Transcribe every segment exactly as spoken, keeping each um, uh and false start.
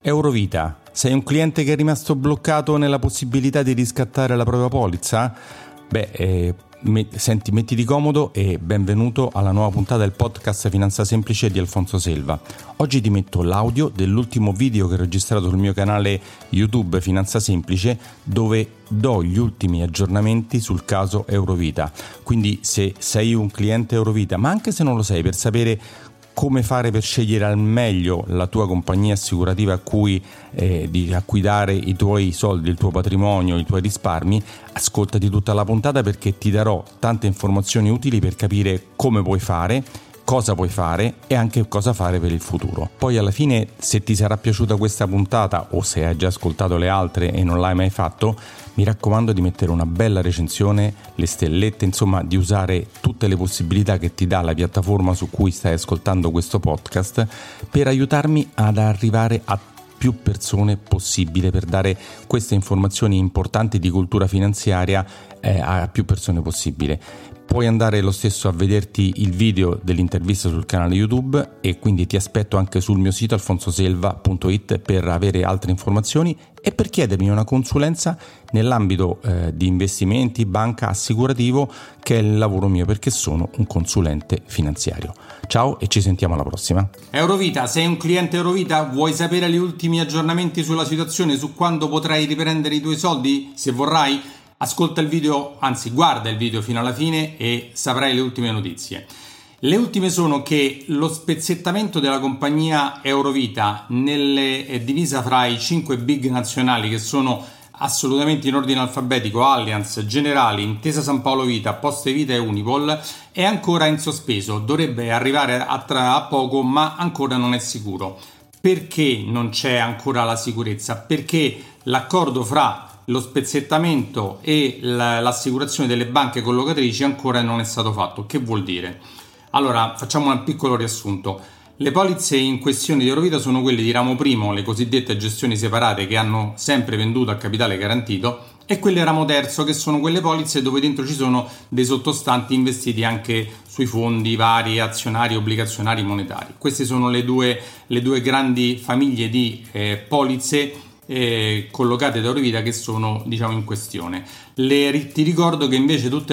Eurovita, sei un cliente che è rimasto bloccato nella possibilità di riscattare la propria polizza? Beh, eh, me, senti, mettiti comodo e benvenuto alla nuova puntata del podcast Finanza Semplice di Alfonso Selva. Oggi ti metto l'audio dell'ultimo video che ho registrato sul mio canale YouTube Finanza Semplice, dove do gli ultimi aggiornamenti sul caso Eurovita. Quindi se sei un cliente Eurovita, ma anche se non lo sei, per sapere come fare per scegliere al meglio la tua compagnia assicurativa a cui, eh, di, a cui dare i tuoi soldi, il tuo patrimonio, i tuoi risparmi, ascoltati tutta la puntata perché ti darò tante informazioni utili per capire come puoi fare, cosa puoi fare e anche cosa fare per il futuro. Poi alla fine, se ti sarà piaciuta questa puntata o se hai già ascoltato le altre e non l'hai mai fatto, mi raccomando di mettere una bella recensione, le stellette, insomma di usare tutte le possibilità che ti dà la piattaforma su cui stai ascoltando questo podcast per aiutarmi ad arrivare a più persone possibile, per dare queste informazioni importanti di cultura finanziaria eh, a più persone possibile. Puoi andare lo stesso a vederti il video dell'intervista sul canale YouTube e quindi ti aspetto anche sul mio sito alfonsoselva punto it per avere altre informazioni e per chiedermi una consulenza nell'ambito eh, di investimenti, banca, assicurativo, che è il lavoro mio perché sono un consulente finanziario. Ciao e ci sentiamo alla prossima. Eurovita, sei un cliente Eurovita? Vuoi sapere gli ultimi aggiornamenti sulla situazione, su quando potrai riprendere i tuoi soldi? Se vorrai, ascolta il video, anzi guarda il video fino alla fine e saprai le ultime notizie. Le ultime sono che lo spezzettamento della compagnia Eurovita nelle, è divisa fra i cinque big nazionali che sono assolutamente in ordine alfabetico: Allianz, Generali, Intesa San Paolo Vita, Poste Vita e Unipol, è ancora in sospeso. Dovrebbe arrivare a, tra, a poco, ma ancora non è sicuro. Perché non c'è ancora la sicurezza? Perché l'accordo fra lo spezzettamento e l'assicurazione delle banche collocatrici ancora non è stato fatto. Che vuol dire? Allora, facciamo un piccolo riassunto. Le polizze in questione di Eurovita sono quelle di ramo primo, le cosiddette gestioni separate, che hanno sempre venduto a capitale garantito, e quelle ramo terzo, che sono quelle polizze dove dentro ci sono dei sottostanti investiti anche sui fondi vari, azionari, obbligazionari, monetari. Queste sono le due, le due grandi famiglie di eh, polizze Eh, collocate da Eurovita che sono, diciamo, in questione. Le, ti ricordo che invece tutti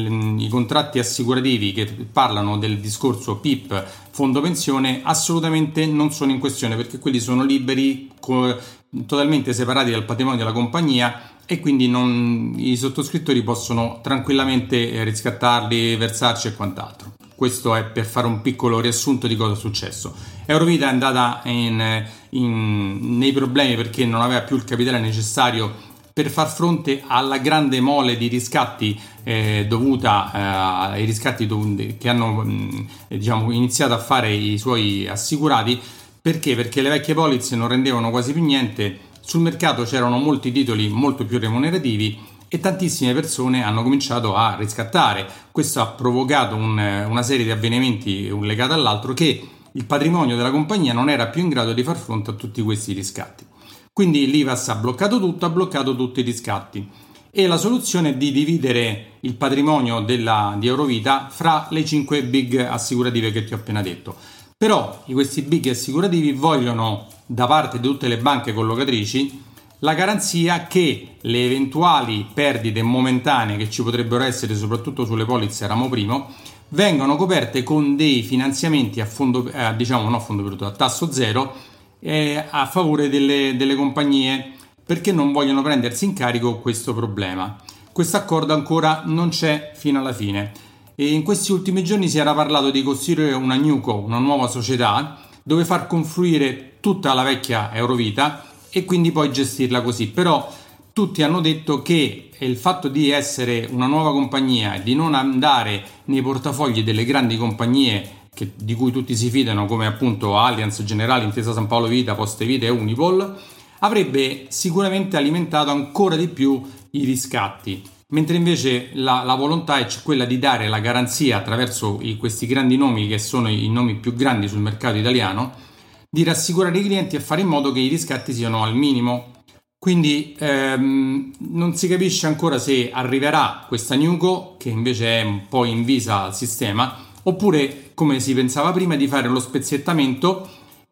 i contratti assicurativi che parlano del discorso P I P, fondo pensione, assolutamente non sono in questione, perché quelli sono liberi, co- totalmente separati dal patrimonio della compagnia, e quindi non, i sottoscrittori possono tranquillamente riscattarli, versarci e quant'altro. Questo è per fare un piccolo riassunto di cosa è successo. Eurovita è andata in, in, nei problemi perché non aveva più il capitale necessario per far fronte alla grande mole di riscatti eh, dovuta eh, ai riscatti dov- che hanno mh, diciamo, iniziato a fare i suoi assicurati. Perché? Perché le vecchie polizze non rendevano quasi più niente, sul mercato c'erano molti titoli molto più remunerativi e tantissime persone hanno cominciato a riscattare. Questo ha provocato un, una serie di avvenimenti un legato all'altro, che il patrimonio della compagnia non era più in grado di far fronte a tutti questi riscatti. Quindi l'I V A S ha bloccato tutto, ha bloccato tutti i riscatti, e la soluzione è di dividere il patrimonio della, di Eurovita fra le cinque big assicurative che ti ho appena detto. Però questi big assicurativi vogliono, da parte di tutte le banche collocatrici, la garanzia che le eventuali perdite momentanee che ci potrebbero essere, soprattutto sulle polizze ramo primo, vengano coperte con dei finanziamenti a fondo, eh, diciamo no a fondo perduto, a tasso zero, eh, a favore delle, delle compagnie, perché non vogliono prendersi in carico questo problema. Questo accordo ancora non c'è fino alla fine, e in questi ultimi giorni si era parlato di costituire una NewCo, una nuova società, dove far confluire tutta la vecchia Eurovita e quindi poi gestirla così. Però tutti hanno detto che il fatto di essere una nuova compagnia e di non andare nei portafogli delle grandi compagnie che, di cui tutti si fidano, come appunto Allianz, Generali, Intesa San Paolo Vita, Poste Vita e Unipol, avrebbe sicuramente alimentato ancora di più i riscatti, mentre invece la, la volontà è quella di dare la garanzia attraverso i, questi grandi nomi, che sono i nomi più grandi sul mercato italiano, di rassicurare i clienti e fare in modo che i riscatti siano al minimo. Quindi ehm, non si capisce ancora se arriverà questa NewCo, che invece è un po' invisa al sistema, oppure, come si pensava prima, di fare lo spezzettamento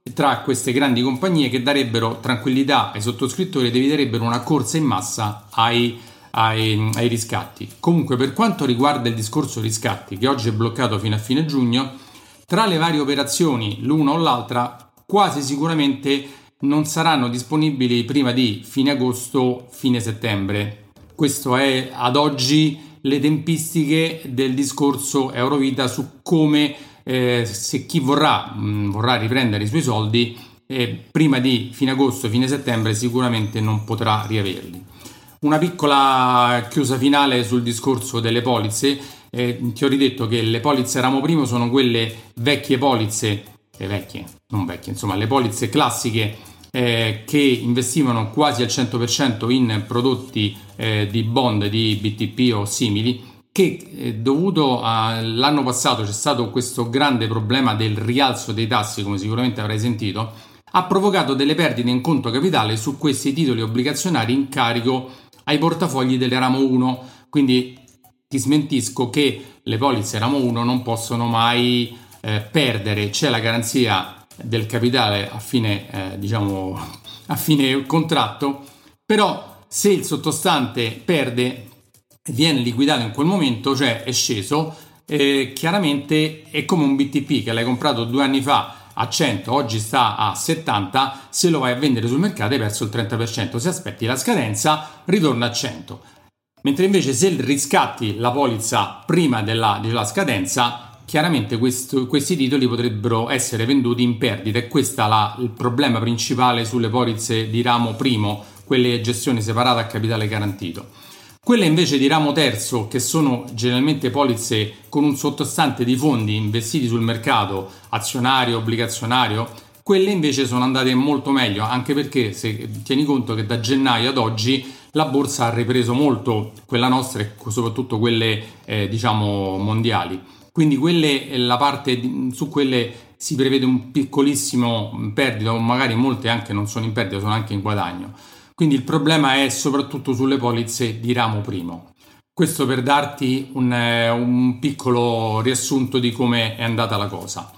tra queste grandi compagnie che darebbero tranquillità ai sottoscrittori ed eviterebbero una corsa in massa ai, ai, ai riscatti. Comunque, per quanto riguarda il discorso riscatti, che oggi è bloccato fino a fine giugno, tra le varie operazioni, l'una o l'altra, quasi sicuramente non saranno disponibili prima di fine agosto, fine settembre. Questo è ad oggi le tempistiche del discorso Eurovita su come eh, se chi vorrà mh, vorrà riprendere i suoi soldi eh, prima di fine agosto, fine settembre sicuramente non potrà riaverli. Una piccola chiusa finale sul discorso delle polizze. Eh, ti ho ridetto che le polizze ramo primo sono quelle vecchie polizze, eh, vecchie, non vecchie, insomma le polizze classiche eh, che investivano quasi al cento per cento in prodotti eh, di bond, di B T P o simili, che eh, dovuto all'anno passato c'è stato questo grande problema del rialzo dei tassi, come sicuramente avrai sentito, ha provocato delle perdite in conto capitale su questi titoli obbligazionari in carico ai portafogli delle ramo uno. Quindi ti smentisco che le polizze ramo uno non possono mai eh, perdere, c'è la garanzia del capitale a fine eh, diciamo a fine contratto, però se il sottostante perde, viene liquidato in quel momento, cioè è sceso, eh, chiaramente è come un B T P che l'hai comprato due anni fa a cento, oggi sta a settanta, se lo vai a vendere sul mercato hai perso il trenta per cento, se aspetti la scadenza ritorna a cento. Mentre invece se riscatti la polizza prima della, della scadenza, chiaramente questo, questi titoli potrebbero essere venduti in perdita, e questo è la, il problema principale sulle polizze di ramo primo, quelle gestione separata a capitale garantito. Quelle invece di ramo terzo, che sono generalmente polizze con un sottostante di fondi investiti sul mercato azionario, obbligazionario, quelle invece sono andate molto meglio, anche perché se tieni conto che da gennaio ad oggi la borsa ha ripreso molto, quella nostra e soprattutto quelle eh, diciamo mondiali. Quindi quelle, la parte di, su quelle si prevede un piccolissimo perdita, o magari molte anche non sono in perdita, sono anche in guadagno. Quindi il problema è soprattutto sulle polizze di ramo primo. Questo per darti un, un piccolo riassunto di come è andata la cosa.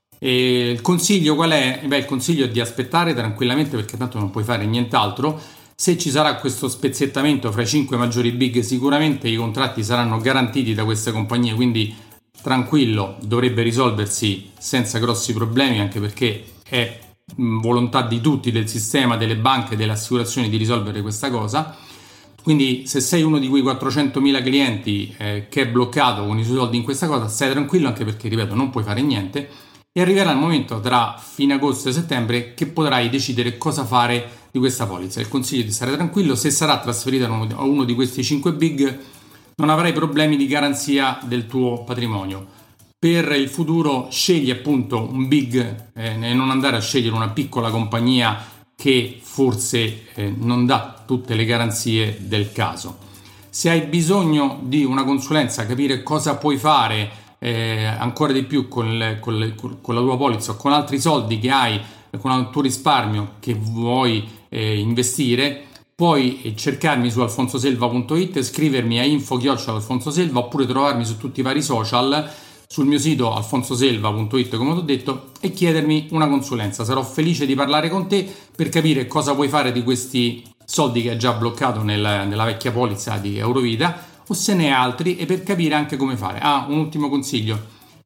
E il consiglio qual è? Beh, il consiglio è di aspettare tranquillamente, perché tanto non puoi fare nient'altro. Se ci sarà questo spezzettamento fra i cinque maggiori big, sicuramente i contratti saranno garantiti da queste compagnie, quindi tranquillo, dovrebbe risolversi senza grossi problemi, anche perché è volontà di tutti, del sistema, delle banche, delle assicurazioni, di risolvere questa cosa. Quindi se sei uno di quei quattrocentomila clienti eh, che è bloccato con i suoi soldi in questa cosa, stai tranquillo, anche perché, ripeto, non puoi fare niente, e arriverà il momento tra fine agosto e settembre che potrai decidere cosa fare di questa polizza. Il consiglio è di stare tranquillo. Se sarà trasferita a uno di questi cinque big, non avrai problemi di garanzia del tuo patrimonio. Per il futuro scegli appunto un big eh, e non andare a scegliere una piccola compagnia che forse eh, non dà tutte le garanzie del caso. Se hai bisogno di una consulenza, capire cosa puoi fare eh, ancora di più con, le, con, le, con la tua polizza o con altri soldi che hai, con il tuo risparmio che vuoi eh, investire, puoi cercarmi su alfonsoselva punto it, scrivermi a info chiocciola alfonsoselva, oppure trovarmi su tutti i vari social, sul mio sito alfonsoselva punto it, come ti ho detto, e chiedermi una consulenza. Sarò felice di parlare con te per capire cosa puoi fare di questi soldi che hai già bloccato nel, nella vecchia polizza di Eurovita, o se ne hai altri, e per capire anche come fare. Ah, un ultimo consiglio: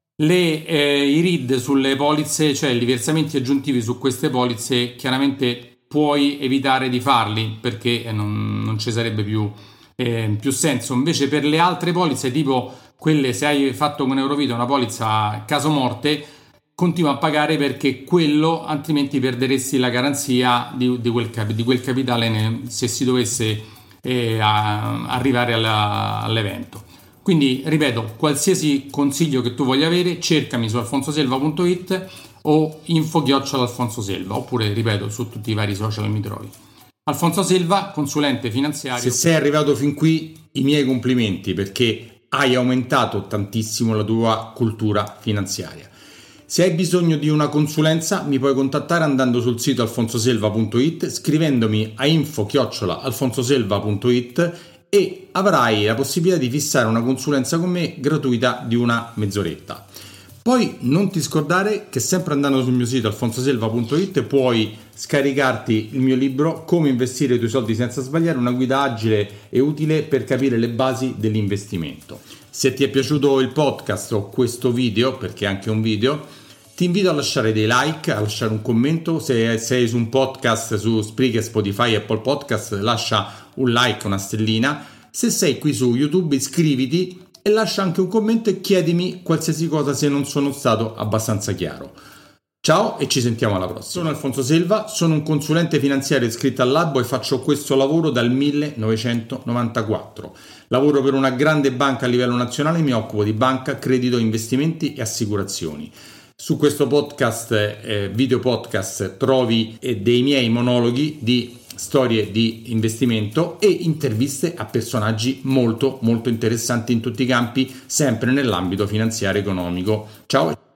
le, eh, i R I D sulle polizze, cioè i versamenti aggiuntivi su queste polizze, chiaramente puoi evitare di farli, perché eh, non, non ci sarebbe più, eh, più senso. Invece per le altre polizze, tipo quelle, se hai fatto con Eurovita una polizza caso morte, continua a pagare, perché quello altrimenti perderesti la garanzia di, di, quel, cap- di quel capitale ne, se si dovesse eh, a, arrivare alla, all'evento. Quindi ripeto, qualsiasi consiglio che tu voglia avere, cercami su alfonsoselva punto it o info chiocciola alfonsoselva, oppure ripeto su tutti i vari social mi trovi. Alfonso Selva, consulente finanziario. Se sei arrivato fin qui, i miei complimenti, perché hai aumentato tantissimo la tua cultura finanziaria. Se hai bisogno di una consulenza, mi puoi contattare andando sul sito alfonsoselva punto it, scrivendomi a info chiocciola alfonsoselva punto it, e avrai la possibilità di fissare una consulenza con me gratuita di una mezz'oretta. Poi non ti scordare che sempre andando sul mio sito alfonsoselva punto it puoi scaricarti il mio libro Come investire i tuoi soldi senza sbagliare, una guida agile e utile per capire le basi dell'investimento. Se ti è piaciuto il podcast o questo video, perché è anche un video, ti invito a lasciare dei like, a lasciare un commento. Se sei su un podcast su Spreaker, Spotify, Apple Podcast, lascia un like, una stellina. Se sei qui su YouTube, iscriviti e lascia anche un commento e chiedimi qualsiasi cosa se non sono stato abbastanza chiaro. Ciao e ci sentiamo alla prossima. Sono Alfonso Selva, sono un consulente finanziario iscritto al Labo e faccio questo lavoro dal millenovecentonovantaquattro. Lavoro per una grande banca a livello nazionale e mi occupo di banca, credito, investimenti e assicurazioni. Su questo podcast, eh, video podcast, trovi eh, dei miei monologhi di storie di investimento e interviste a personaggi molto molto interessanti in tutti i campi, sempre nell'ambito finanziario economico. Ciao!